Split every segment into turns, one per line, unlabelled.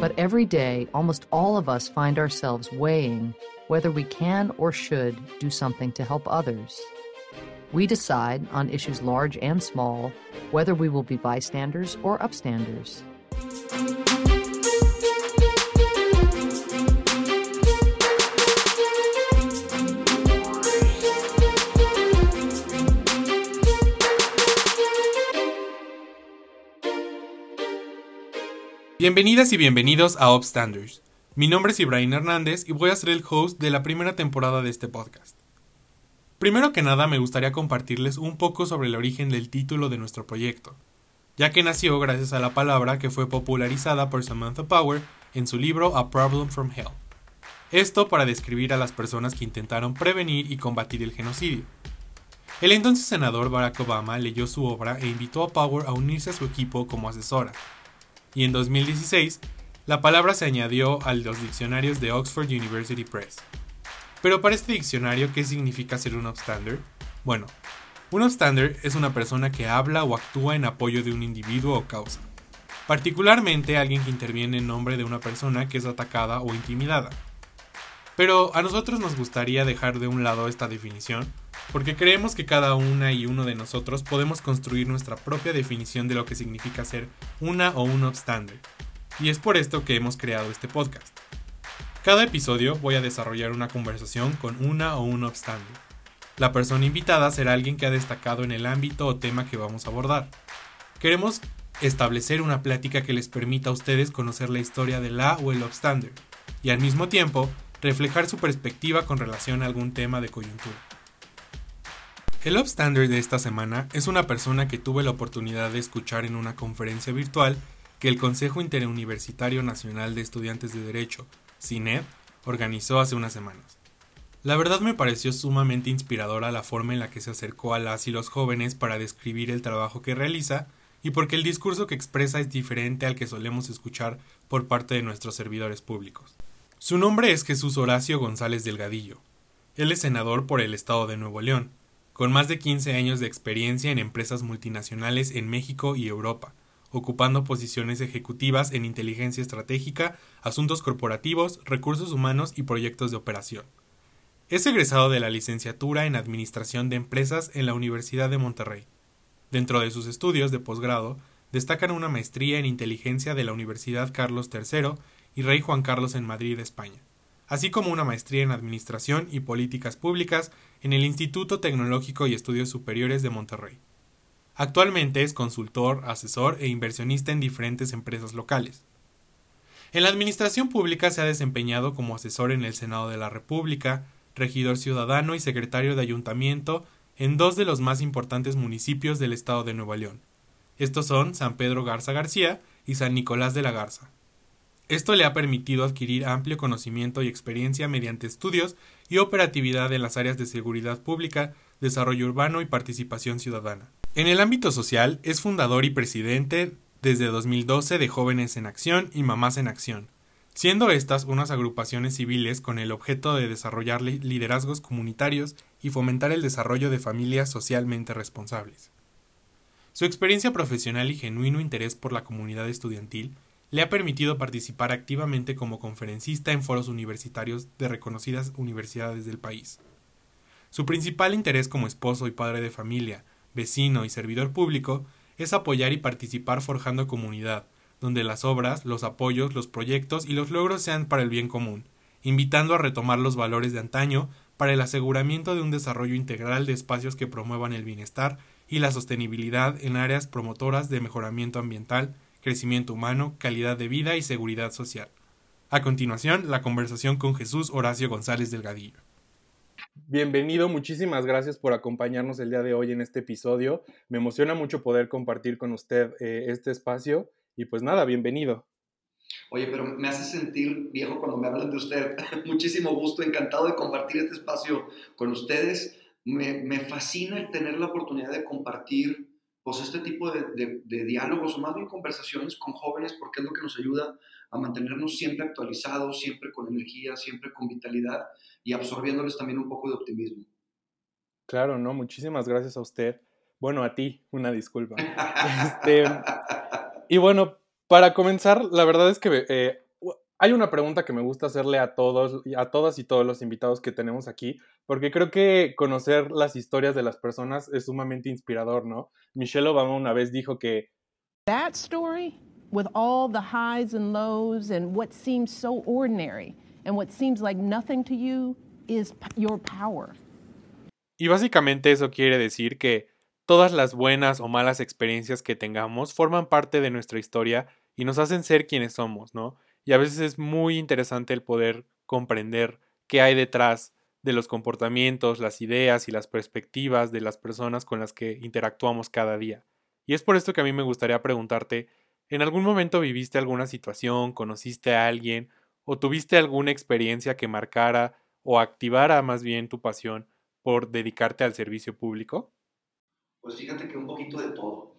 But every day, almost all of us find ourselves weighing whether we can or should do something to help others. We decide on issues large and small whether we will be bystanders or upstanders.
Bienvenidas y bienvenidos a Upstanders. Mi nombre es Ibrahim Hernández y voy a ser el host de la primera temporada de este podcast. Primero que nada me gustaría compartirles un poco sobre el origen del título de nuestro proyecto, ya que nació gracias a la palabra que fue popularizada por Samantha Power en su libro A Problem from Hell. Esto para describir a las personas que intentaron prevenir y combatir el genocidio. El entonces senador Barack Obama leyó su obra e invitó a Power a unirse a su equipo como asesora. Y en 2016, la palabra se añadió a los diccionarios de Oxford University Press. Pero para este diccionario, ¿qué significa ser un upstander? Bueno, un upstander es una persona que habla o actúa en apoyo de un individuo o causa. Particularmente alguien que interviene en nombre de una persona que es atacada o intimidada. Pero a nosotros nos gustaría dejar de un lado esta definición, porque creemos que cada una y uno de nosotros podemos construir nuestra propia definición de lo que significa ser una o un upstander. Y es por esto que hemos creado este podcast. Cada episodio voy a desarrollar una conversación con una o un upstander. La persona invitada será alguien que ha destacado en el ámbito o tema que vamos a abordar. Queremos establecer una plática que les permita a ustedes conocer la historia de la o el upstander, y al mismo tiempo reflejar su perspectiva con relación a algún tema de coyuntura. El upstander de esta semana es una persona que tuve la oportunidad de escuchar en una conferencia virtual que el Consejo Interuniversitario Nacional de Estudiantes de Derecho, CINED, organizó hace unas semanas. La verdad me pareció sumamente inspiradora la forma en la que se acercó a las y los jóvenes para describir el trabajo que realiza y porque el discurso que expresa es diferente al que solemos escuchar por parte de nuestros servidores públicos. Su nombre es Jesús Horacio González Delgadillo. Él es senador por el estado de Nuevo León, con más de 15 años de experiencia en empresas multinacionales en México y Europa, ocupando posiciones ejecutivas en inteligencia estratégica, asuntos corporativos, recursos humanos y proyectos de operación. Es egresado de la licenciatura en Administración de Empresas en la Universidad de Monterrey. Dentro de sus estudios de posgrado, destacan una maestría en inteligencia de la Universidad Carlos III y Rey Juan Carlos en Madrid, España, así como una maestría en Administración y Políticas Públicas en el Instituto Tecnológico y Estudios Superiores de Monterrey. Actualmente es consultor, asesor e inversionista en diferentes empresas locales. En la administración pública se ha desempeñado como asesor en el Senado de la República, regidor ciudadano y secretario de ayuntamiento en dos de los más importantes municipios del estado de Nuevo León. Estos son San Pedro Garza García y San Nicolás de la Garza. Esto le ha permitido adquirir amplio conocimiento y experiencia mediante estudios y operatividad en las áreas de seguridad pública, desarrollo urbano y participación ciudadana. En el ámbito social, es fundador y presidente desde 2012 de Jóvenes en Acción y Mamás en Acción, siendo estas unas agrupaciones civiles con el objeto de desarrollar liderazgos comunitarios y fomentar el desarrollo de familias socialmente responsables. Su experiencia profesional y genuino interés por la comunidad estudiantil le ha permitido participar activamente como conferencista en foros universitarios de reconocidas universidades del país. Su principal interés como esposo y padre de familia, vecino y servidor público es apoyar y participar forjando comunidad, donde las obras, los apoyos, los proyectos y los logros sean para el bien común, invitando a retomar los valores de antaño para el aseguramiento de un desarrollo integral de espacios que promuevan el bienestar y la sostenibilidad en áreas promotoras de mejoramiento ambiental, crecimiento humano, calidad de vida y seguridad social. A continuación, la conversación con Jesús Horacio González Delgadillo. Bienvenido, muchísimas gracias por acompañarnos el día de hoy en este episodio. Me emociona mucho poder compartir con usted este espacio y pues nada, bienvenido.
Oye, pero me hace sentir viejo cuando me hablan de usted. Muchísimo gusto, encantado de compartir este espacio con ustedes. Me fascina el tener la oportunidad de compartir pues, este tipo de diálogos o más bien conversaciones con jóvenes porque es lo que nos ayuda a mantenernos siempre actualizados, siempre con energía, siempre con vitalidad y absorbiéndoles también un poco de optimismo.
Claro, ¿no? Muchísimas gracias a usted. Bueno, a ti, una disculpa. Y bueno, para comenzar, la verdad es que Hay una pregunta que me gusta hacerle a todos, a todas y todos los invitados que tenemos aquí, porque creo que conocer las historias de las personas es sumamente inspirador, ¿no? Michelle Obama una vez dijo que
That story, with all the highs and lows and what seems so ordinary and what seems like nothing to you, is your power.
y básicamente eso quiere decir que todas las buenas o malas experiencias que tengamos forman parte de nuestra historia y nos hacen ser quienes somos, ¿no? Y a veces es muy interesante el poder comprender qué hay detrás de los comportamientos, las ideas y las perspectivas de las personas con las que interactuamos cada día. Y es por esto que a mí me gustaría preguntarte, ¿en algún momento viviste alguna situación, conociste a alguien o tuviste alguna experiencia que marcara o activara más bien tu pasión por dedicarte al servicio público?
Pues fíjate que un poquito de todo.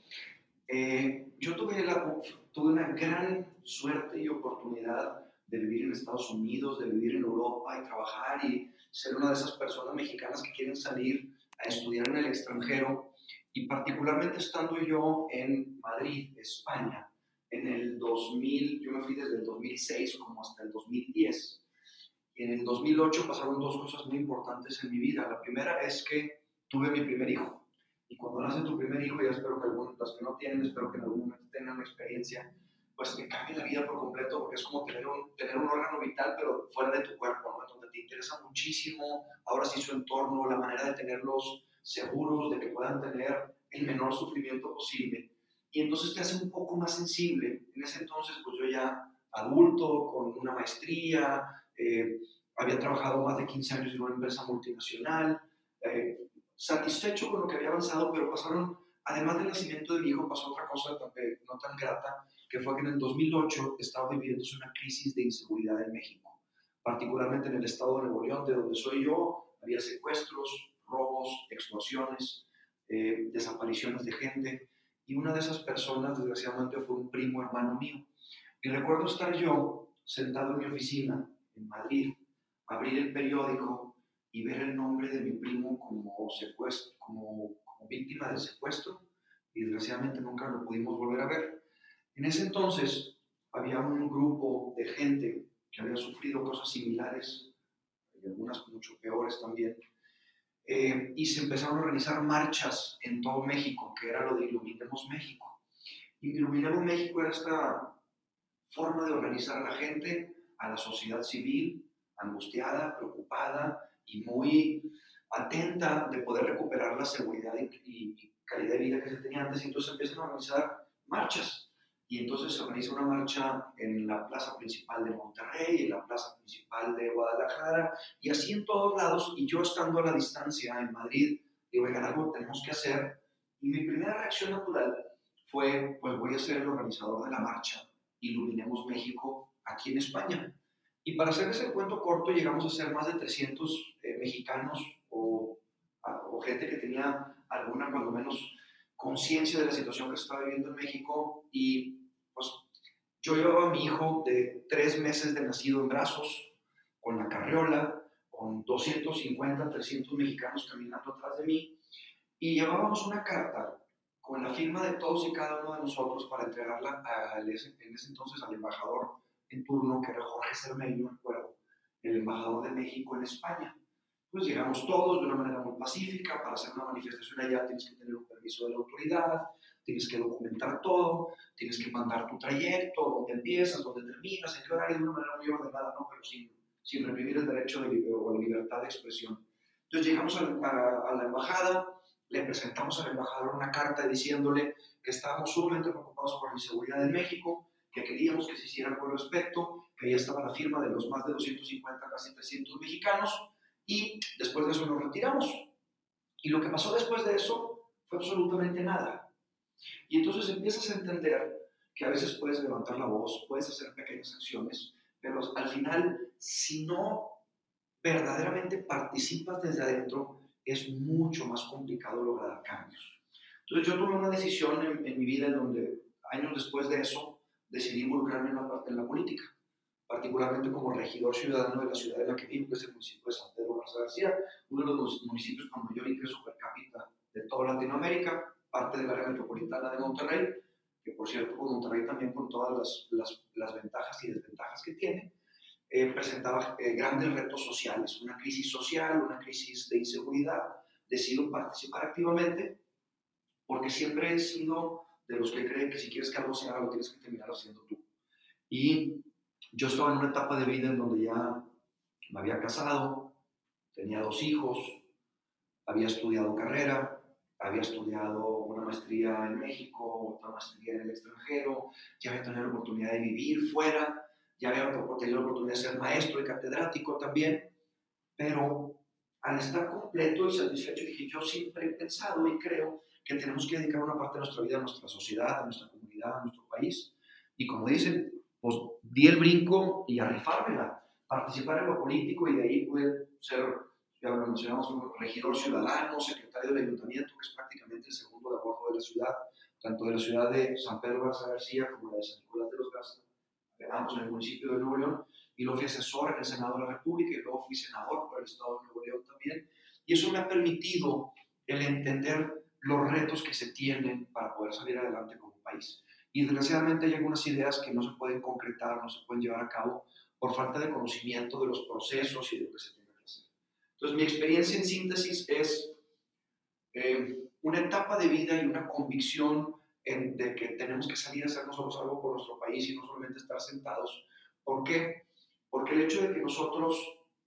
Yo tuve una gran suerte y oportunidad de vivir en Estados Unidos, de vivir en Europa y trabajar y ser una de esas personas mexicanas que quieren salir a estudiar en el extranjero. Y particularmente estando yo en Madrid, España, en el 2000, yo me fui desde el 2006 como hasta el 2010. Y en el 2008 pasaron dos cosas muy importantes en mi vida. La primera es que tuve mi primer hijo. Y cuando nace tu primer hijo, ya espero que algunos, los que no tienen, espero que en algún momento tengan una experiencia, pues te cambia la vida por completo, porque es como tener un órgano vital, pero fuera de tu cuerpo, ¿no? Donde te interesa muchísimo, ahora sí su entorno, la manera de tenerlos seguros, de que puedan tener el menor sufrimiento posible. Y entonces te hace un poco más sensible. En ese entonces, pues yo ya adulto, con una maestría, había trabajado más de 15 años en una empresa multinacional, satisfecho con lo que había avanzado, pero pasaron, además del nacimiento de mi hijo, pasó otra cosa también, no tan grata, que fue que en el 2008 estaba viviéndose una crisis de inseguridad en México, particularmente en el estado de Nuevo León, de donde soy yo. Había secuestros, robos, extorsiones, desapariciones de gente, y una de esas personas, desgraciadamente, fue un primo hermano mío. Y recuerdo estar yo sentado en mi oficina en Madrid, abrir el periódico y ver el nombre de mi primo como, como víctima del secuestro, y desgraciadamente nunca lo pudimos volver a ver. En ese entonces había un grupo de gente que había sufrido cosas similares y algunas mucho peores también, y se empezaron a organizar marchas en todo México, que era lo de Iluminemos México. Y Iluminemos México era esta forma de organizar a la gente, a la sociedad civil, angustiada, preocupada y muy atenta de poder recuperar la seguridad y calidad de vida que se tenía antes. Y entonces empiezan a organizar marchas. Y entonces se organiza una marcha en la plaza principal de Monterrey, en la plaza principal de Guadalajara, y así en todos lados. Y yo estando a la distancia en Madrid, digo, oigan, algo tenemos que hacer. Y mi primera reacción natural fue, pues voy a ser el organizador de la marcha Iluminemos México aquí en España. Y para hacerles el cuento corto, llegamos a ser más de 300 mexicanos o gente que tenía alguna, cuando menos, conciencia de la situación que se estaba viviendo en México. Y pues yo llevaba a mi hijo de 3 meses de nacido en brazos, con la carriola, con 250, 300 mexicanos caminando atrás de mí, y llevábamos una carta con la firma de todos y cada uno de nosotros para entregarla en ese entonces al embajador en turno, que era Jorge Cermeño, me acuerdo, el embajador de México en España. Pues llegamos todos de una manera muy pacífica. Para hacer una manifestación allá tienes que tener un permiso de la autoridad, tienes que documentar todo, tienes que mandar tu trayecto, dónde empiezas, dónde terminas, en qué horario, de una manera muy ordenada, ¿no? Pero sin reprimir el derecho o la libertad de expresión. Entonces llegamos a la embajada, le presentamos al embajador una carta diciéndole que estábamos sumamente preocupados por la inseguridad en México, que queríamos que se hiciera algo al respecto, que ya estaba la firma de los más de 250, casi 300 mexicanos, y después de eso nos retiramos. Y lo que pasó después de eso fue absolutamente nada. Y entonces empiezas a entender que a veces puedes levantar la voz, puedes hacer pequeñas acciones, pero al final, si no verdaderamente participas desde adentro, es mucho más complicado lograr cambios. Entonces yo tomé una decisión en mi vida en donde años después de eso decidí involucrarme en la política, particularmente como regidor ciudadano de la ciudad en la que vivo, que es el municipio de San Pedro Garza García, uno de los municipios con mayor ingreso per cápita de toda Latinoamérica, parte del área metropolitana de Monterrey, que por cierto, con Monterrey también con todas las ventajas y desventajas que tiene, presentaba grandes retos sociales, una crisis social, una crisis de inseguridad. Decido participar activamente porque siempre he sido de los que creen que si quieres que algo se haga, lo tienes que terminar haciendo tú. Y yo estaba en una etapa de vida en donde ya me había casado, tenía 2 hijos, había estudiado carrera, había estudiado una maestría en México, otra maestría en el extranjero, ya había tenido la oportunidad de vivir fuera, ya había tenido la oportunidad de ser maestro y catedrático también, pero al estar completo y satisfecho dije, yo siempre he pensado y creo que tenemos que dedicar una parte de nuestra vida a nuestra sociedad, a nuestra comunidad, a nuestro país, y como dicen, pues di el brinco y a rifármela, participar en lo político y de ahí puede ser, ya lo mencionamos, un regidor ciudadano, secretario del ayuntamiento, que es prácticamente el segundo de a bordo de la ciudad, tanto de la ciudad de San Pedro Garza García como de San Nicolás de los Garza, ambos en el municipio de Nuevo León, y luego fui asesor en el Senado de la República y luego fui senador por el Estado de Nuevo León también, y eso me ha permitido el entender los retos que se tienen para poder salir adelante como país. Y desgraciadamente hay algunas ideas que no se pueden concretar, no se pueden llevar a cabo por falta de conocimiento de los procesos y de lo que se tiene que hacer. Entonces, mi experiencia en síntesis es una etapa de vida y una convicción de que tenemos que salir a hacer nosotros algo por nuestro país y no solamente estar sentados. ¿Por qué? Porque el hecho de que nosotros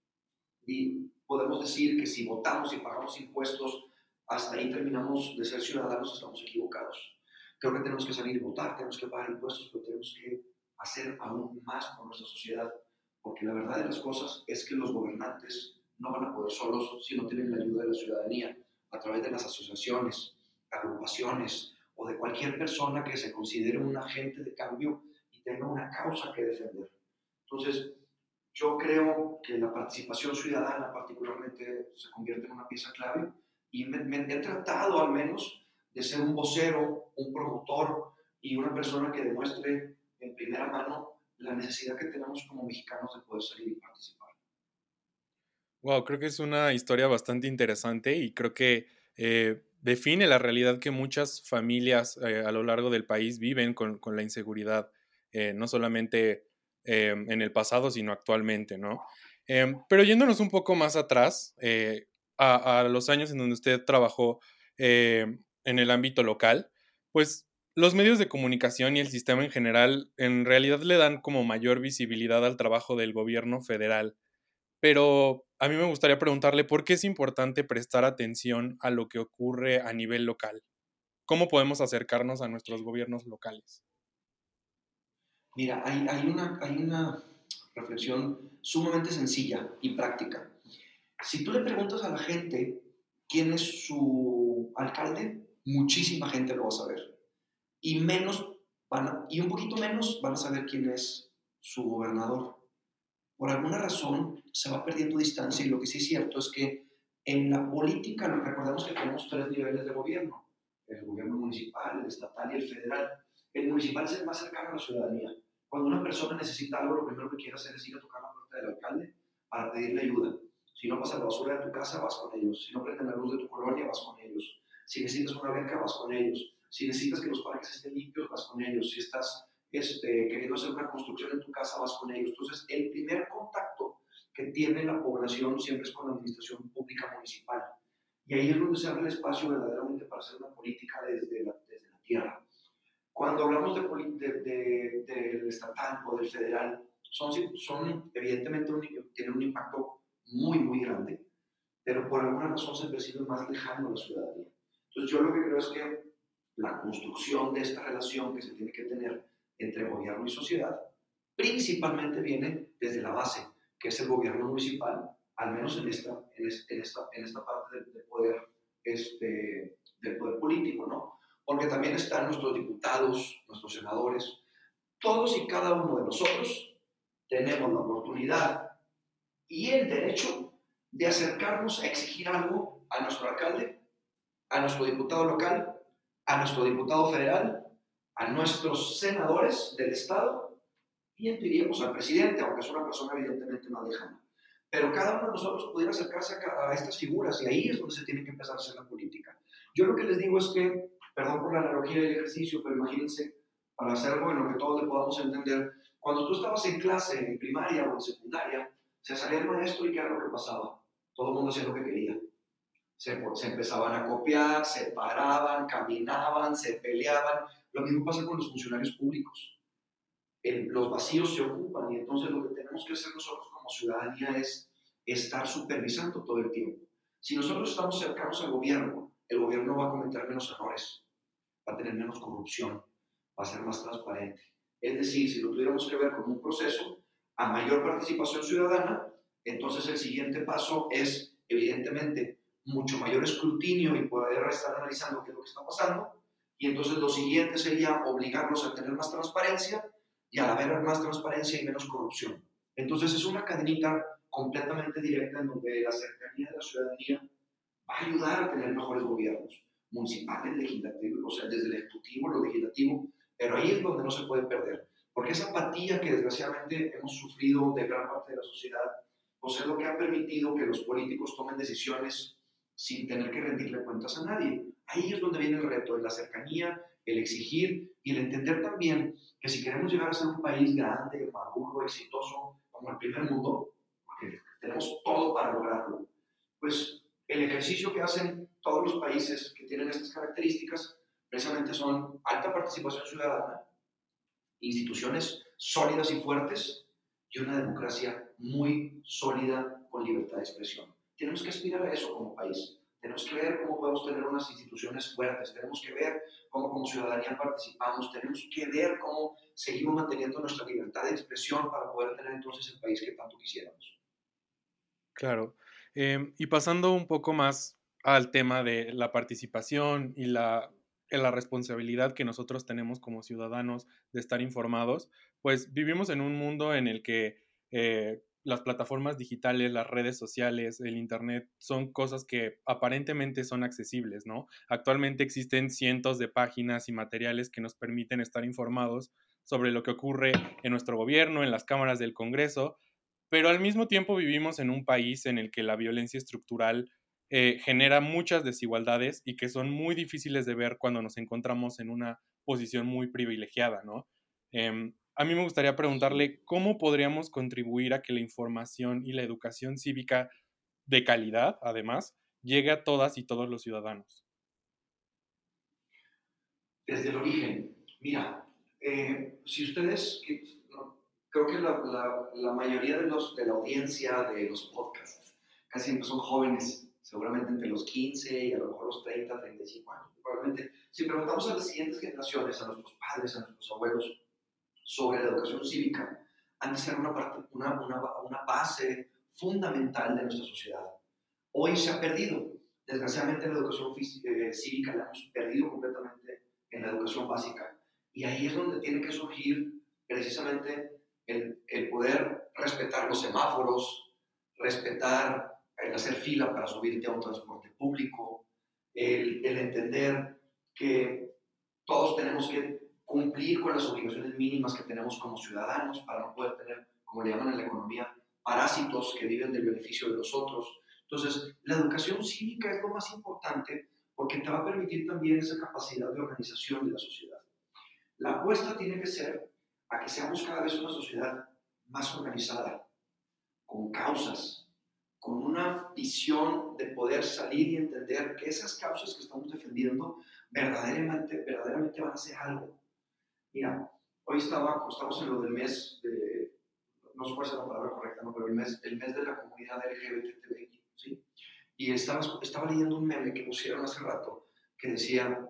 podemos decir que si votamos y pagamos impuestos, hasta ahí terminamos de ser ciudadanos, estamos equivocados. Creo que tenemos que salir y votar, tenemos que pagar impuestos, pero tenemos que hacer aún más por nuestra sociedad, porque la verdad de las cosas es que los gobernantes no van a poder solos si no tienen la ayuda de la ciudadanía, a través de las asociaciones, agrupaciones o de cualquier persona que se considere un agente de cambio y tenga una causa que defender. Entonces, yo creo que la participación ciudadana particularmente se convierte en una pieza clave y me he tratado al menos de ser un vocero, un promotor y una persona que demuestre en primera mano la necesidad que tenemos como mexicanos de poder salir y participar.
Wow, creo que es una historia bastante interesante y creo que define la realidad que muchas familias a lo largo del país viven con la inseguridad, no solamente en el pasado, sino actualmente, ¿no? Pero yéndonos un poco más atrás, a los años en donde usted trabajó en el ámbito local, pues los medios de comunicación y el sistema en general en realidad le dan como mayor visibilidad al trabajo del gobierno federal. Pero a mí me gustaría preguntarle por qué es importante prestar atención a lo que ocurre a nivel local. ¿Cómo podemos acercarnos a nuestros gobiernos locales?
Mira, hay una reflexión sumamente sencilla y práctica. Si tú le preguntas a la gente quién es su alcalde, muchísima gente lo va a saber. Y un poquito menos van a saber quién es su gobernador. Por alguna razón se va perdiendo distancia y lo que sí es cierto es que en la política, recordemos que tenemos 3 niveles de gobierno, el gobierno municipal, el estatal y el federal. El municipal es el más cercano a la ciudadanía. Cuando una persona necesita algo, lo primero que quiere hacer es ir a tocar la puerta del alcalde para pedirle ayuda. Si no pasa la basura de tu casa, vas con ellos. Si no prenden la luz de tu colonia, vas con ellos. Si necesitas una beca, vas con ellos. Si necesitas que los parques estén limpios, vas con ellos. Si estás queriendo hacer una construcción en tu casa, vas con ellos. Entonces, el primer contacto que tiene la población siempre es con la administración pública municipal. Y ahí es donde se abre el espacio verdaderamente para hacer una política desde la tierra. Cuando hablamos del estatal o del federal, son evidentemente tienen un impacto muy, muy grande, pero por alguna razón se percibe más lejano a la ciudadanía. Entonces yo lo que creo es que la construcción de esta relación que se tiene que tener entre gobierno y sociedad principalmente viene desde la base, que es el gobierno municipal, al menos en esta parte del poder, del poder político, ¿no? Porque también están nuestros diputados, nuestros senadores, todos y cada uno de nosotros tenemos la oportunidad y el derecho de acercarnos a exigir algo a nuestro alcalde, a nuestro diputado local, a nuestro diputado federal, a nuestros senadores del estado y diríamos al presidente, aunque es una persona evidentemente más lejana. Pero cada uno de nosotros pudiera acercarse a estas figuras y ahí es donde se tiene que empezar a hacer la política. Yo lo que les digo es que, perdón por la analogía del ejercicio, pero imagínense para hacer algo en lo que todos le podamos entender. Cuando tú estabas en clase, en primaria o en secundaria, se salía el maestro y ¿qué era lo que pasaba? Todo el mundo hacía lo que quería. Se empezaban a copiar, se paraban, caminaban, se peleaban. Lo mismo pasa con los funcionarios públicos. Los vacíos se ocupan y entonces lo que tenemos que hacer nosotros como ciudadanía es estar supervisando todo el tiempo. Si nosotros estamos cercanos al gobierno, el gobierno va a cometer menos errores, va a tener menos corrupción, va a ser más transparente. Es decir, si lo tuviéramos que ver como un proceso a mayor participación ciudadana, entonces el siguiente paso es, evidentemente, mucho mayor escrutinio y poder estar analizando qué es lo que está pasando. Y entonces lo siguiente sería obligarlos a tener más transparencia y al haber más transparencia y menos corrupción. Entonces es una cadenita completamente directa en donde la cercanía de la ciudadanía va a ayudar a tener mejores gobiernos municipales, legislativos, o sea, desde el ejecutivo, lo legislativo, pero ahí es donde no se puede perder, porque esa apatía que desgraciadamente hemos sufrido de gran parte de la sociedad, pues es lo que ha permitido que los políticos tomen decisiones sin tener que rendirle cuentas a nadie. Ahí es donde viene el reto, de la cercanía, el exigir y el entender también que si queremos llegar a ser un país grande, maduro, exitoso, como el primer mundo, porque tenemos todo para lograrlo, pues el ejercicio que hacen todos los países que tienen estas características precisamente son alta participación ciudadana, instituciones sólidas y fuertes y una democracia muy sólida con libertad de expresión. Tenemos que aspirar a eso como país. Tenemos que ver cómo podemos tener unas instituciones fuertes, tenemos que ver cómo como ciudadanía participamos, tenemos que ver cómo seguimos manteniendo nuestra libertad de expresión para poder tener entonces el país que tanto quisiéramos.
Claro. Y pasando un poco más al tema de la participación y la responsabilidad que nosotros tenemos como ciudadanos de estar informados, pues vivimos en un mundo en el que las plataformas digitales, las redes sociales, el internet son cosas que aparentemente son accesibles, ¿no? Actualmente existen cientos de páginas y materiales que nos permiten estar informados sobre lo que ocurre en nuestro gobierno, en las cámaras del Congreso, pero al mismo tiempo vivimos en un país en el que la violencia estructural genera muchas desigualdades y que son muy difíciles de ver cuando nos encontramos en una posición muy privilegiada, ¿no? A mí me gustaría preguntarle cómo podríamos contribuir a que la información y la educación cívica de calidad, además, llegue a todas y todos los ciudadanos.
Desde el origen, mira, si ustedes, creo que la mayoría de la audiencia de los podcasts casi siempre son jóvenes, seguramente entre los 15 y a lo mejor los 30, 35 años. Probablemente, si preguntamos a las siguientes generaciones, a nuestros padres, a nuestros abuelos, sobre la educación cívica, han de ser una base fundamental de nuestra sociedad. Hoy se ha perdido. Desgraciadamente la educación cívica la hemos perdido completamente en la educación básica. Y ahí es donde tiene que surgir precisamente el poder respetar los semáforos, respetar el hacer fila para subirte a un transporte público, el entender que todos tenemos que cumplir con las obligaciones mínimas que tenemos como ciudadanos para no poder tener, como le llaman en la economía, parásitos que viven del beneficio de los otros. Entonces, la educación cívica es lo más importante porque te va a permitir también esa capacidad de organización de la sociedad. La apuesta tiene que ser a que seamos cada vez una sociedad más organizada, con causas, con una visión de poder salir y entender que esas causas que estamos defendiendo verdaderamente van a ser algo. Mira, hoy estamos en lo del mes de, no sé cuál es la palabra correcta, ¿no? Pero el mes de la comunidad LGBTI, ¿sí? Y estaba leyendo un meme que pusieron hace rato que decía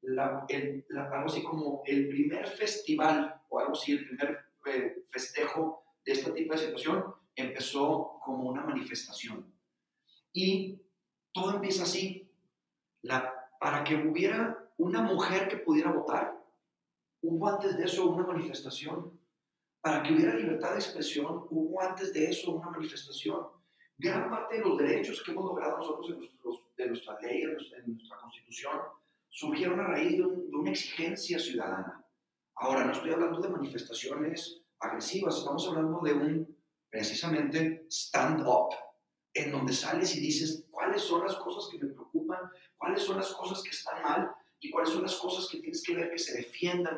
algo así como el primer festival o algo así, el primer festejo de este tipo de situación empezó como una manifestación. Y todo empieza así. Para que hubiera una mujer que pudiera votar, hubo antes de eso una manifestación. Para que hubiera libertad de expresión, hubo antes de eso una manifestación. Gran parte de los derechos que hemos logrado nosotros de nuestras leyes, en nuestra Constitución, surgieron a raíz de una exigencia ciudadana. Ahora, no estoy hablando de manifestaciones agresivas, estamos hablando de precisamente, stand-up, en donde sales y dices cuáles son las cosas que me preocupan, cuáles son las cosas que están mal y cuáles son las cosas que tienes que ver que se defiendan como comunidad.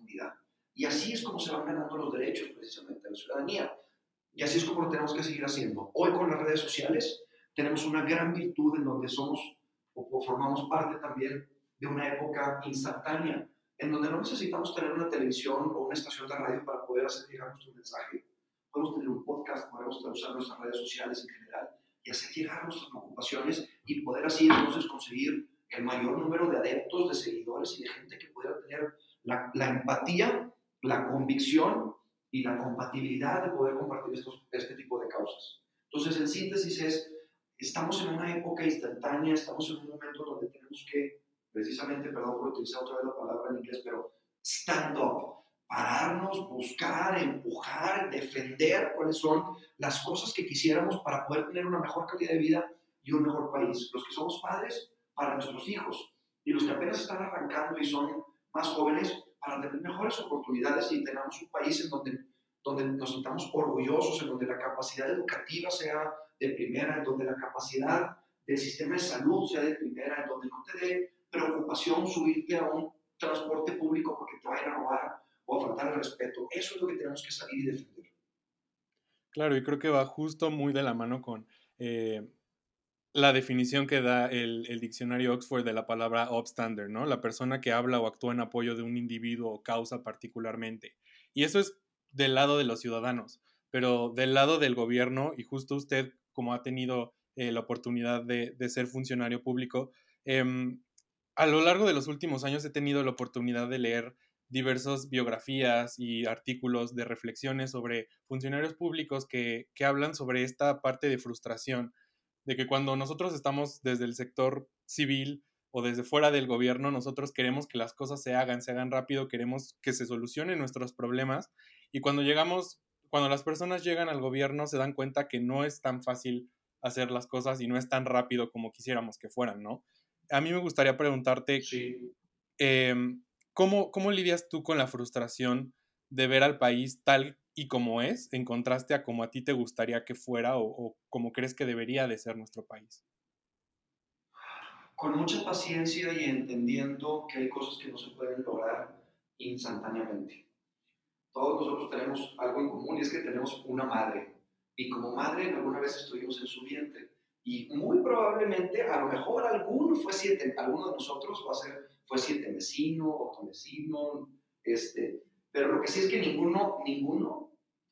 comunidad. Y así es como se van ganando los derechos precisamente de la ciudadanía. Y así es como lo tenemos que seguir haciendo. Hoy con las redes sociales tenemos una gran virtud en donde somos o formamos parte también de una época instantánea, en donde no necesitamos tener una televisión o una estación de radio para poder hacer llegar nuestro mensaje. Podemos tener un podcast, podemos usar nuestras redes sociales en general y hacer llegar nuestras preocupaciones y poder así entonces conseguir el mayor número de adeptos, de seguidores y de gente que pudiera tener la empatía, la convicción y la compatibilidad de poder compartir este tipo de causas. Entonces, en síntesis estamos en una época instantánea, estamos en un momento donde tenemos que, precisamente, perdón por utilizar otra vez la palabra en inglés, pero stand up, pararnos, buscar, empujar, defender cuáles son las cosas que quisiéramos para poder tener una mejor calidad de vida y un mejor país. Los que somos padres, para nuestros hijos, y los que apenas están arrancando y son más jóvenes, para tener mejores oportunidades y tengamos un país en donde nos sintamos orgullosos, en donde la capacidad educativa sea de primera, en donde la capacidad del sistema de salud sea de primera, en donde no te dé preocupación subirte a un transporte público porque te vayan a robar o a faltar el respeto. Eso es lo que tenemos que salir y defender.
Claro, y creo que va justo muy de la mano con la definición que da el diccionario Oxford de la palabra upstander, ¿no? La persona que habla o actúa en apoyo de un individuo o causa particularmente. Y eso es del lado de los ciudadanos, pero del lado del gobierno, y justo usted, como ha tenido la oportunidad de ser funcionario público, a lo largo de los últimos años he tenido la oportunidad de leer diversas biografías y artículos de reflexiones sobre funcionarios públicos que hablan sobre esta parte de frustración, de que cuando nosotros estamos desde el sector civil o desde fuera del gobierno, nosotros queremos que las cosas se hagan rápido, queremos que se solucionen nuestros problemas, y cuando las personas llegan al gobierno se dan cuenta que no es tan fácil hacer las cosas y no es tan rápido como quisiéramos que fueran, ¿no? A mí me gustaría preguntarte,
Sí.
¿cómo lidias tú con la frustración de ver al país tal y como es, en contraste a como a ti te gustaría que fuera o como crees que debería de ser nuestro país?
Con mucha paciencia y entendiendo que hay cosas que no se pueden lograr instantáneamente. Todos nosotros tenemos algo en común y es que tenemos una madre. Y como madre alguna vez estuvimos en su vientre. Y muy probablemente, a lo mejor alguno de nosotros fue siete mesino, otro mesino, pero lo que sí es que ninguno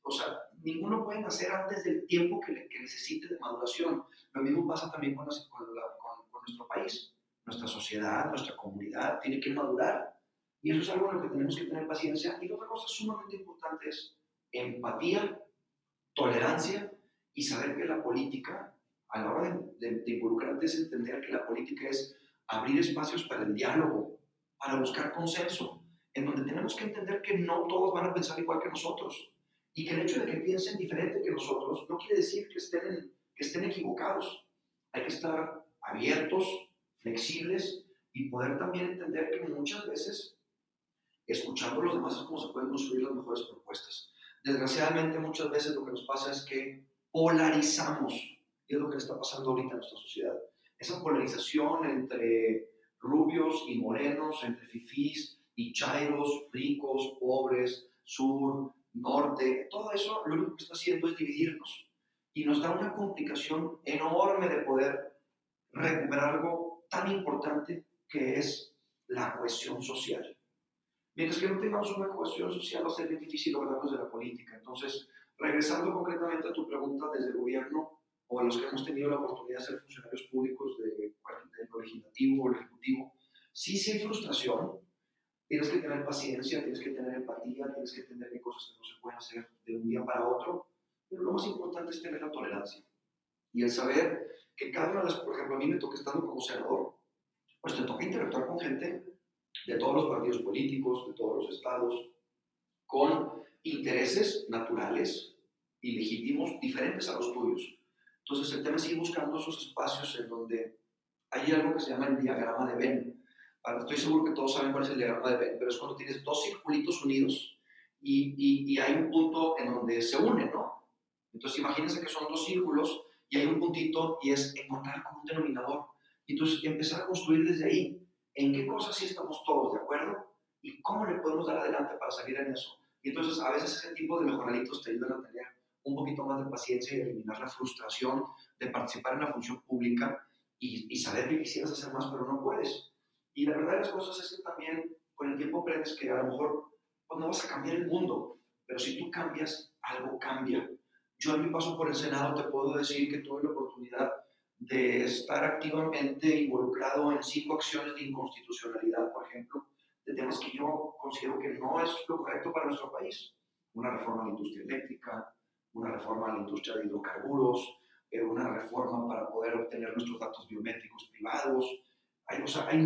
puede nacer antes del tiempo que necesite de maduración. Lo mismo pasa también con nuestro país. Nuestra sociedad, nuestra comunidad tiene que madurar. Y eso es algo en lo que tenemos que tener paciencia. Y otra cosa sumamente importante es empatía, tolerancia y saber que la política, a la hora de involucrarte, es entender que la política es abrir espacios para el diálogo, para buscar consenso, en donde tenemos que entender que no todos van a pensar igual que nosotros y que el hecho de que piensen diferente que nosotros no quiere decir que estén equivocados. Hay que estar abiertos, flexibles y poder también entender que muchas veces escuchando a los demás es como se pueden construir las mejores propuestas. Desgraciadamente muchas veces lo que nos pasa es que polarizamos, y es lo que le está pasando ahorita a nuestra sociedad. Esa polarización entre rubios y morenos, entre fifís y chairos, ricos, pobres, sur, norte, todo eso lo único que está haciendo es dividirnos y nos da una complicación enorme de poder recuperar algo tan importante que es la cohesión social. Mientras que no tengamos una cohesión social va a ser bien difícil lograrnos de la política. Entonces, regresando concretamente a tu pregunta desde el gobierno o a los que hemos tenido la oportunidad de ser funcionarios públicos del legislativo o el ejecutivo, sí hay frustración, tienes que tener paciencia, tienes que tener empatía, tienes que entender que hay cosas que no se pueden hacer de un día para otro, pero lo más importante es tener la tolerancia y el saber que cada una de las, por ejemplo, a mí me toca estando como senador, pues te toca interactuar con gente de todos los partidos políticos, de todos los estados, con intereses naturales y legítimos diferentes a los tuyos. Entonces el tema es ir buscando esos espacios en donde hay algo que se llama el diagrama de Venn. Estoy seguro que todos saben cuál es el diagrama de Venn, pero es cuando tienes dos circulitos unidos y hay un punto en donde se unen, ¿no? Entonces imagínense que son dos círculos y hay un puntito y es encontrar como un denominador. Y entonces empezar a construir desde ahí. ¿En qué cosas sí estamos todos de acuerdo? ¿Y cómo le podemos dar adelante para salir en eso? Y entonces a veces ese tipo de mejoralitos te ayudan a tener un poquito más de paciencia y eliminar la frustración de participar en la función pública y saber que quisieras hacer más, pero no puedes. Y la verdad de las cosas es que también con el tiempo aprendes que a lo mejor pues, no vas a cambiar el mundo, pero si tú cambias, algo cambia. Yo en mi paso por el Senado te puedo decir que tuve la oportunidad de estar activamente involucrado en 5 acciones de inconstitucionalidad, por ejemplo, de temas que yo considero que no es lo correcto para nuestro país. Una reforma a la industria eléctrica, una reforma a la industria de hidrocarburos, una reforma para poder obtener nuestros datos biométricos privados. Hay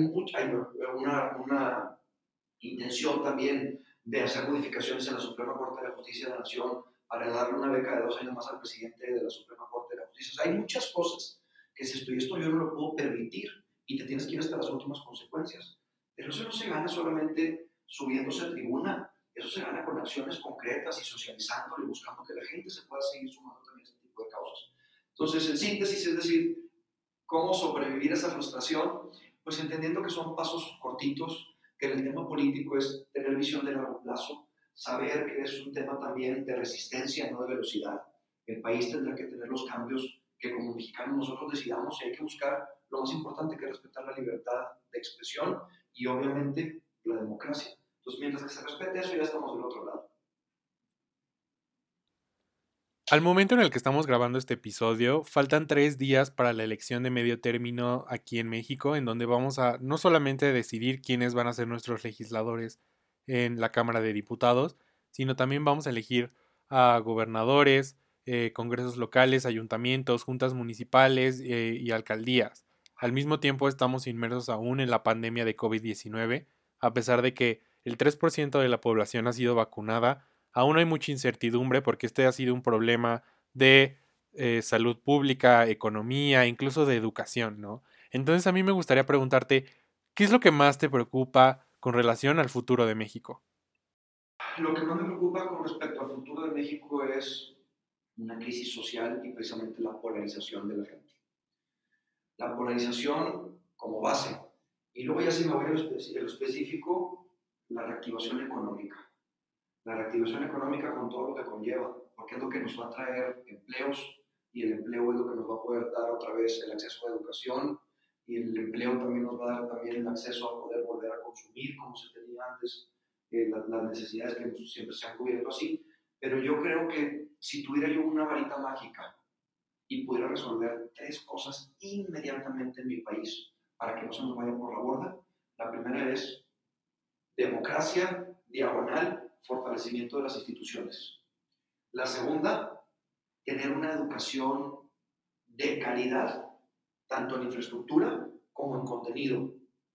una intención también de hacer modificaciones en la Suprema Corte de la Justicia de la Nación para darle una beca de 2 años más al presidente de la Suprema Corte de la Justicia. O sea, hay muchas cosas que si esto yo no lo puedo permitir y te tienes que ir hasta las últimas consecuencias. Pero eso no se gana solamente subiéndose a tribuna, eso se gana con acciones concretas y socializándolo y buscando que la gente se pueda seguir sumando también a este tipo de causas. Entonces, en síntesis, es decir, cómo sobrevivir a esa frustración, pues entendiendo que son pasos cortitos, que el tema político es tener visión de largo plazo, saber que es un tema también de resistencia, no de velocidad. El país tendrá que tener los cambios que como mexicanos nosotros decidamos y hay que buscar lo más importante que es respetar la libertad de expresión y obviamente la democracia. Entonces, mientras que se respete eso, ya estamos del otro lado.
Al momento en el que estamos grabando este episodio, faltan 3 días para la elección de medio término aquí en México, en donde vamos a no solamente decidir quiénes van a ser nuestros legisladores en la Cámara de Diputados, sino también vamos a elegir a gobernadores, congresos locales, ayuntamientos, juntas municipales y alcaldías. Al mismo tiempo estamos inmersos aún en la pandemia de COVID-19, a pesar de que el 3% de la población ha sido vacunada. Aún hay mucha incertidumbre porque este ha sido un problema de salud pública, economía, incluso de educación, ¿no? Entonces a mí me gustaría preguntarte, ¿qué es lo que más te preocupa con relación al futuro de México?
Lo que más me preocupa con respecto al futuro de México es una crisis social y precisamente la polarización de la gente. La polarización como base. Y luego ya si me voy a lo específico, la reactivación económica. La reactivación económica con todo lo que conlleva, porque es lo que nos va a traer empleos y el empleo es lo que nos va a poder dar otra vez el acceso a educación y el empleo también nos va a dar también el acceso a poder volver a consumir como se tenía antes, las necesidades que siempre se han cubierto así. Pero yo creo que si tuviera yo una varita mágica y pudiera resolver 3 cosas inmediatamente en mi país para que no se nos vaya por la borda, la primera es democracia, diagonal, fortalecimiento de las instituciones. La segunda, tener una educación de calidad, tanto en infraestructura como en contenido.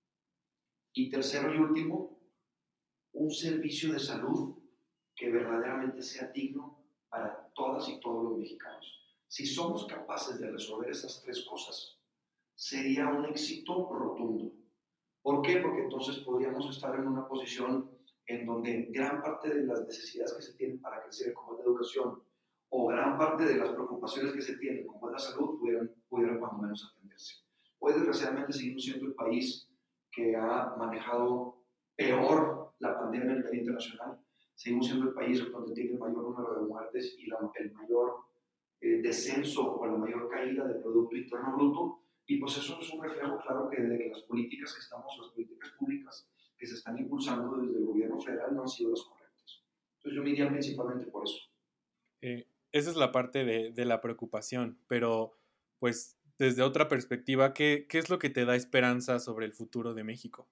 Y tercero y último, un servicio de salud que verdaderamente sea digno para todas y todos los mexicanos. Si somos capaces de resolver esas 3 cosas, sería un éxito rotundo. ¿Por qué? Porque entonces podríamos estar en una posición en donde gran parte de las necesidades que se tienen para crecer, como es la educación, o gran parte de las preocupaciones que se tienen, como es la salud, pudieran cuando menos atenderse. Hoy, desgraciadamente, seguimos siendo el país que ha manejado peor la pandemia a nivel internacional. Seguimos siendo el país donde tiene el mayor número de muertes y el mayor descenso o la mayor caída del Producto Interno Bruto. Y pues eso es un reflejo claro que de que las políticas públicas que se están impulsando desde el gobierno federal no han sido las correctas. Entonces yo me iría principalmente por eso.
Esa es la parte de la preocupación, pero pues desde otra perspectiva, ¿qué es lo que te da esperanza sobre el futuro de México?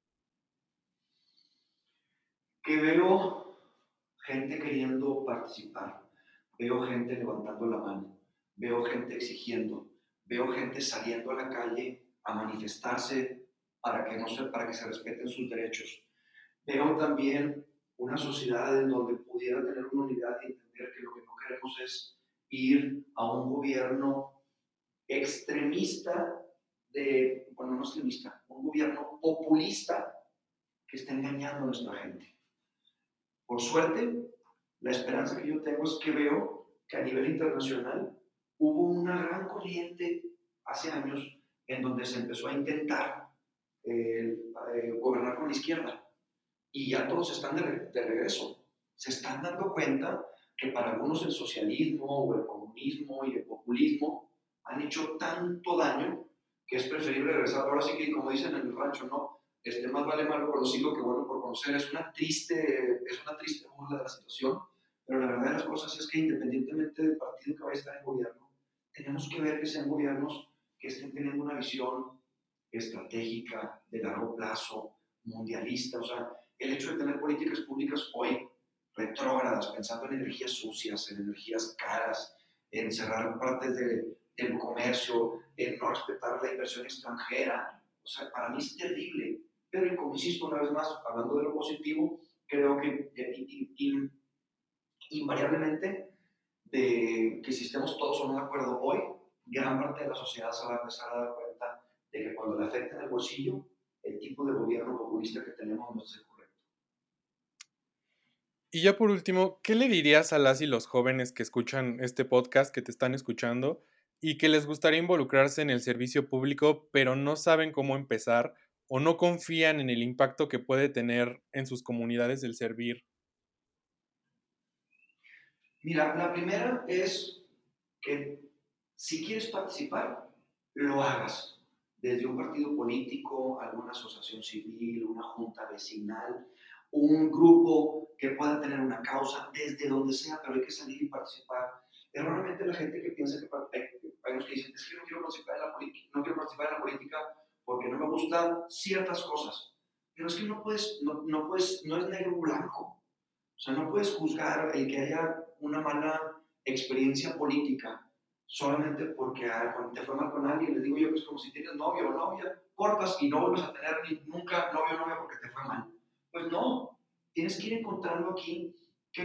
Que veo gente queriendo participar, veo gente levantando la mano, veo gente exigiendo, veo gente saliendo a la calle a manifestarse para que se respeten sus derechos. Veo también una sociedad en donde pudiera tener una unidad y entender que lo que no queremos es ir a un gobierno extremista, no extremista, un gobierno populista que está engañando a nuestra gente. Por suerte, la esperanza que yo tengo es que veo que a nivel internacional hubo una gran corriente hace años en donde se empezó a intentar gobernar con la izquierda. y ya todos están de regreso. Se están dando cuenta que para algunos el socialismo o el comunismo y el populismo han hecho tanto daño que es preferible regresar. Ahora sí que, como dicen en el rancho, ¿no? Más vale malo conocido que bueno por conocer. Es una triste burla de la situación, pero la verdad de las cosas es que independientemente del partido que vaya a estar en gobierno, tenemos que ver que sean gobiernos que estén teniendo una visión estratégica, de largo plazo, mundialista. O sea, el hecho de tener políticas públicas hoy retrógradas, pensando en energías sucias, en energías caras, en cerrar partes del comercio, en no respetar la inversión extranjera. O sea, para mí es terrible. Pero, como insisto una vez más, hablando de lo positivo, creo que invariablemente de que si estemos todos o no de acuerdo hoy, gran parte de la sociedad se va a empezar a dar cuenta de que cuando le afecta en el bolsillo, el tipo de gobierno populista que tenemos no es el correcto.
Y ya por último, ¿qué le dirías a las y los jóvenes que escuchan este podcast, que te están escuchando y que les gustaría involucrarse en el servicio público, pero no saben cómo empezar o no confían en el impacto que puede tener en sus comunidades el servir?
Mira, la primera es que si quieres participar, lo hagas. Desde un partido político, alguna asociación civil, una junta vecinal, un grupo que pueda tener una causa, desde donde sea, pero hay que salir y participar. Erróneamente la gente que piensa que hay unos que dicen, es que no quiero participar en la política, no quiero participar en la política porque no me gustan ciertas cosas. Pero es que no puedes, no es negro o blanco. O sea, no puedes juzgar el que haya una mala experiencia política solamente porque cuando te fue mal con alguien. Les digo yo que es como si tienes novio o novia, cortas y no vuelves a tener nunca novio o novia porque te fue mal. Pues no, tienes que ir encontrando aquí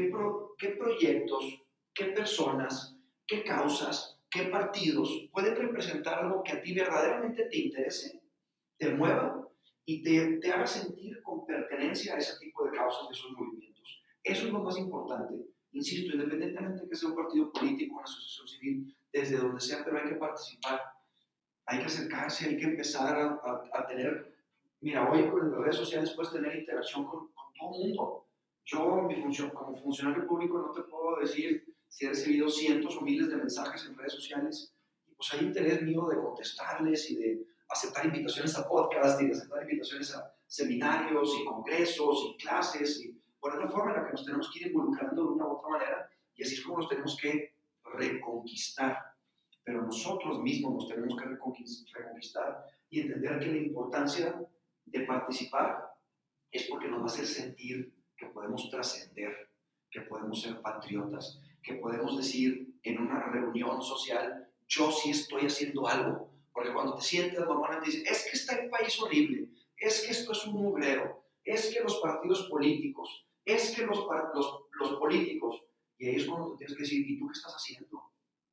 qué proyectos, qué personas, qué causas, qué partidos pueden representar algo que a ti verdaderamente te interese, te mueva y te haga sentir con pertenencia a ese tipo de causas, de esos movimientos. Eso es lo más importante. Insisto, independientemente de que sea un partido político, una asociación civil, desde donde sea, pero hay que participar, hay que acercarse, hay que empezar a tener. Mira, hoy con las redes sociales puedes tener interacción con todo el mundo. Yo, en mi función como funcionario público, no te puedo decir si he recibido cientos o miles de mensajes en redes sociales, y pues hay interés mío de contestarles y de aceptar invitaciones a podcast y de aceptar invitaciones a seminarios y congresos y clases, y por la forma en la que nos tenemos que ir involucrando de una u otra manera, y así es como nos tenemos que reconquistar. Pero nosotros mismos nos tenemos que reconquistar y entender que la importancia de participar es porque nos va a hacer sentir que podemos trascender, que podemos ser patriotas, que podemos decir en una reunión social, yo sí estoy haciendo algo. Porque cuando te sientas normalmente dices, es que está el país horrible, es que esto es un mugrero, es que los partidos políticos, es que los políticos, y ahí es cuando te tienes que decir, ¿y tú qué estás haciendo?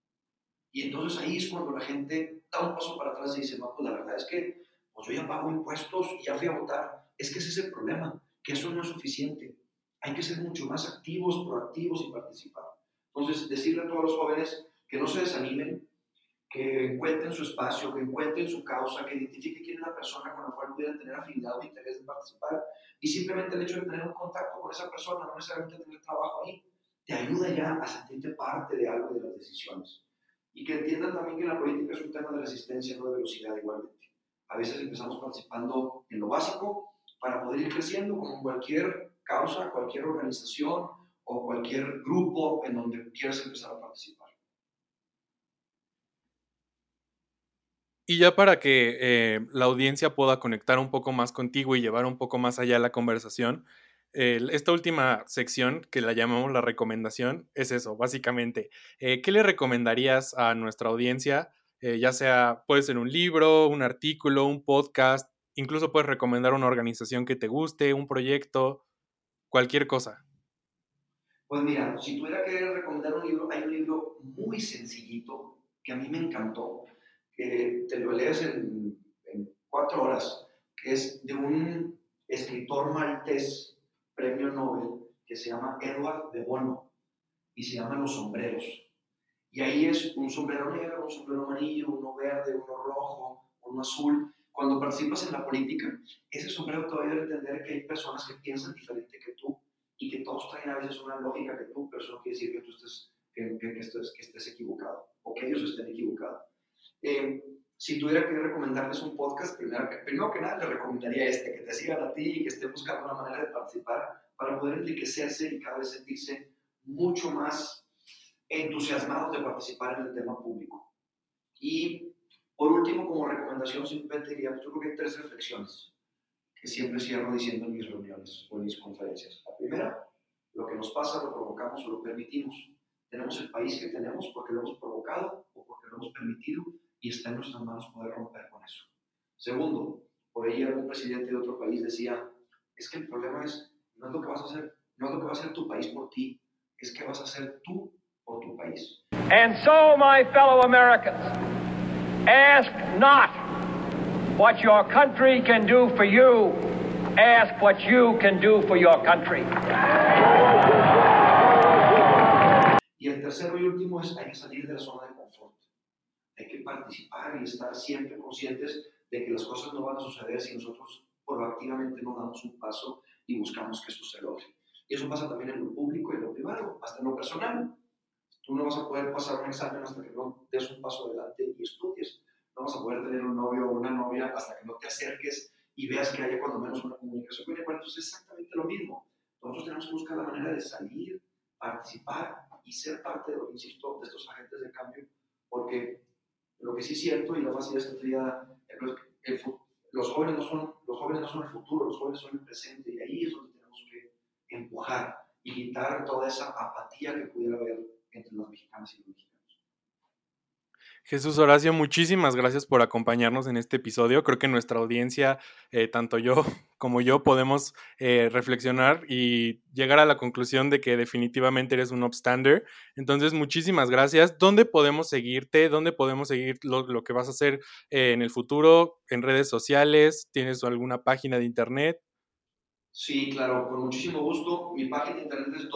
Y entonces ahí es cuando la gente da un paso para atrás y dice, no, pues la verdad es que pues yo ya pago impuestos y ya fui a votar. Es que ese es el problema, que eso no es suficiente. Hay que ser mucho más activos, proactivos y participar. Entonces, decirle a todos los jóvenes que no se desanimen, que encuentren su espacio, que encuentren su causa, que identifiquen quién es la persona con la cual pudieran tener afinidad o interés de participar, y simplemente el hecho de tener un contacto con esa persona, no necesariamente tener trabajo ahí, te ayuda ya a sentirte parte de algo de las decisiones. Y que entiendan también que la política es un tema de resistencia, no de velocidad igualmente. A veces empezamos participando en lo básico para poder ir creciendo como en cualquier causa, cualquier organización o cualquier grupo en donde quieras empezar a participar.
Y ya para que la audiencia pueda conectar un poco más contigo y llevar un poco más allá la conversación, esta última sección, que la llamamos la recomendación, es eso, básicamente. ¿Qué le recomendarías a nuestra audiencia? Ya sea, puede ser un libro, un artículo, un podcast, incluso puedes recomendar una organización que te guste, un proyecto, cualquier cosa.
Pues mira, si tuviera que recomendar un libro, hay un libro muy sencillito que a mí me encantó, que te lo lees en 4 horas, que es de un escritor maltés, premio Nobel, que se llama Edward de Bono, y se llama Los sombreros. Y ahí es un sombrero negro, un sombrero amarillo, uno verde, uno rojo, uno azul, cuando participas en la política, ese sombrero te va a ayudar a entender que hay personas que piensan diferente que tú y que todos traen a veces una lógica que tú, pero eso no quiere decir que tú estés equivocado o que ellos estén equivocados. Si tuviera que recomendarles un podcast, primero que nada les recomendaría que te sigan a ti y que estén buscando una manera de participar para poder enriquecerse y cada vez sentirse mucho más entusiasmados de participar en el tema público. Y por último, como recomendación, simplemente diría, yo creo que hay 3 reflexiones que siempre cierro diciendo en mis reuniones o en mis conferencias. La primera, lo que nos pasa lo provocamos o lo permitimos. Tenemos el país que tenemos porque lo hemos provocado o porque lo hemos permitido y está en nuestras manos poder romper con eso. Segundo, por ahí algún presidente de otro país decía, es que el problema es, no es lo que vas a hacer, no es lo que va a hacer tu país por ti, es que vas a hacer tú por tu país.
And so, my fellow Americans, ask not what your country can do for you, ask what you can do for your country.
Y el tercero y último es, hay que salir de la zona de confort. Hay que participar y estar siempre conscientes de que las cosas no van a suceder si nosotros proactivamente no damos un paso y buscamos que esto se logre. Y eso pasa también en lo público y en lo privado, hasta en lo personal. Tú no vas a poder pasar un examen hasta que no des un paso adelante y estudies. No vas a poder tener un novio o una novia hasta que no te acerques y veas que haya cuando menos una comunicación. Bueno, entonces es exactamente lo mismo. Nosotros tenemos que buscar la manera de salir, participar y ser parte, insisto, de estos agentes de cambio, porque lo que sí es cierto, y la frase ya está trillada, los jóvenes no son el futuro, los jóvenes son el presente, y ahí es donde tenemos que empujar y quitar toda esa apatía que pudiera haber entre las mexicanas y los mexicanos.
Jesús Horacio, muchísimas gracias por acompañarnos en este episodio. Creo que nuestra audiencia, tanto yo como yo, podemos reflexionar y llegar a la conclusión de que definitivamente eres un upstander. Entonces, muchísimas gracias. ¿Dónde podemos seguirte? ¿Dónde podemos seguir lo que vas a hacer en el futuro? ¿En redes sociales? ¿Tienes alguna página de internet?
Sí, claro, con muchísimo gusto. Mi página de internet es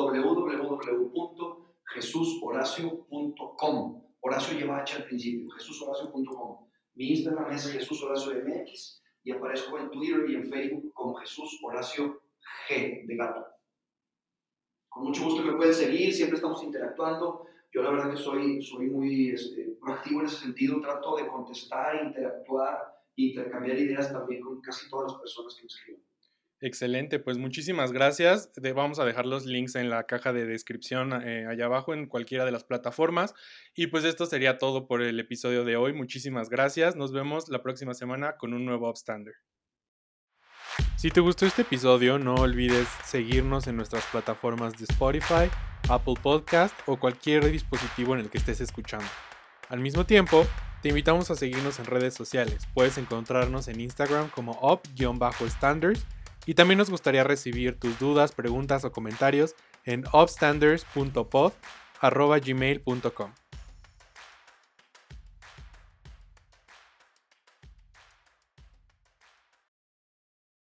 www.jesushoracio.com. Horacio lleva H al principio, jesushoracio.com. Mi Instagram es jesushoracioMX y aparezco en Twitter y en Facebook como Jesús Horacio G de gato. Con mucho gusto me pueden seguir, siempre estamos interactuando. Yo la verdad que soy muy proactivo en ese sentido, trato de contestar, interactuar e intercambiar ideas también con casi todas las personas que me escriben.
Excelente, pues muchísimas gracias. Vamos a dejar los links en la caja de descripción allá abajo en cualquiera de las plataformas. Y pues esto sería todo por el episodio de hoy. Muchísimas gracias. Nos vemos la próxima semana con un nuevo Upstander. Si te gustó este episodio, no olvides seguirnos en nuestras plataformas de Spotify, Apple Podcast o cualquier dispositivo en el que estés escuchando. Al mismo tiempo, te invitamos a seguirnos en redes sociales. Puedes encontrarnos en Instagram como up_standards. Y también nos gustaría recibir tus dudas, preguntas o comentarios en upstanders.pod@gmail.com.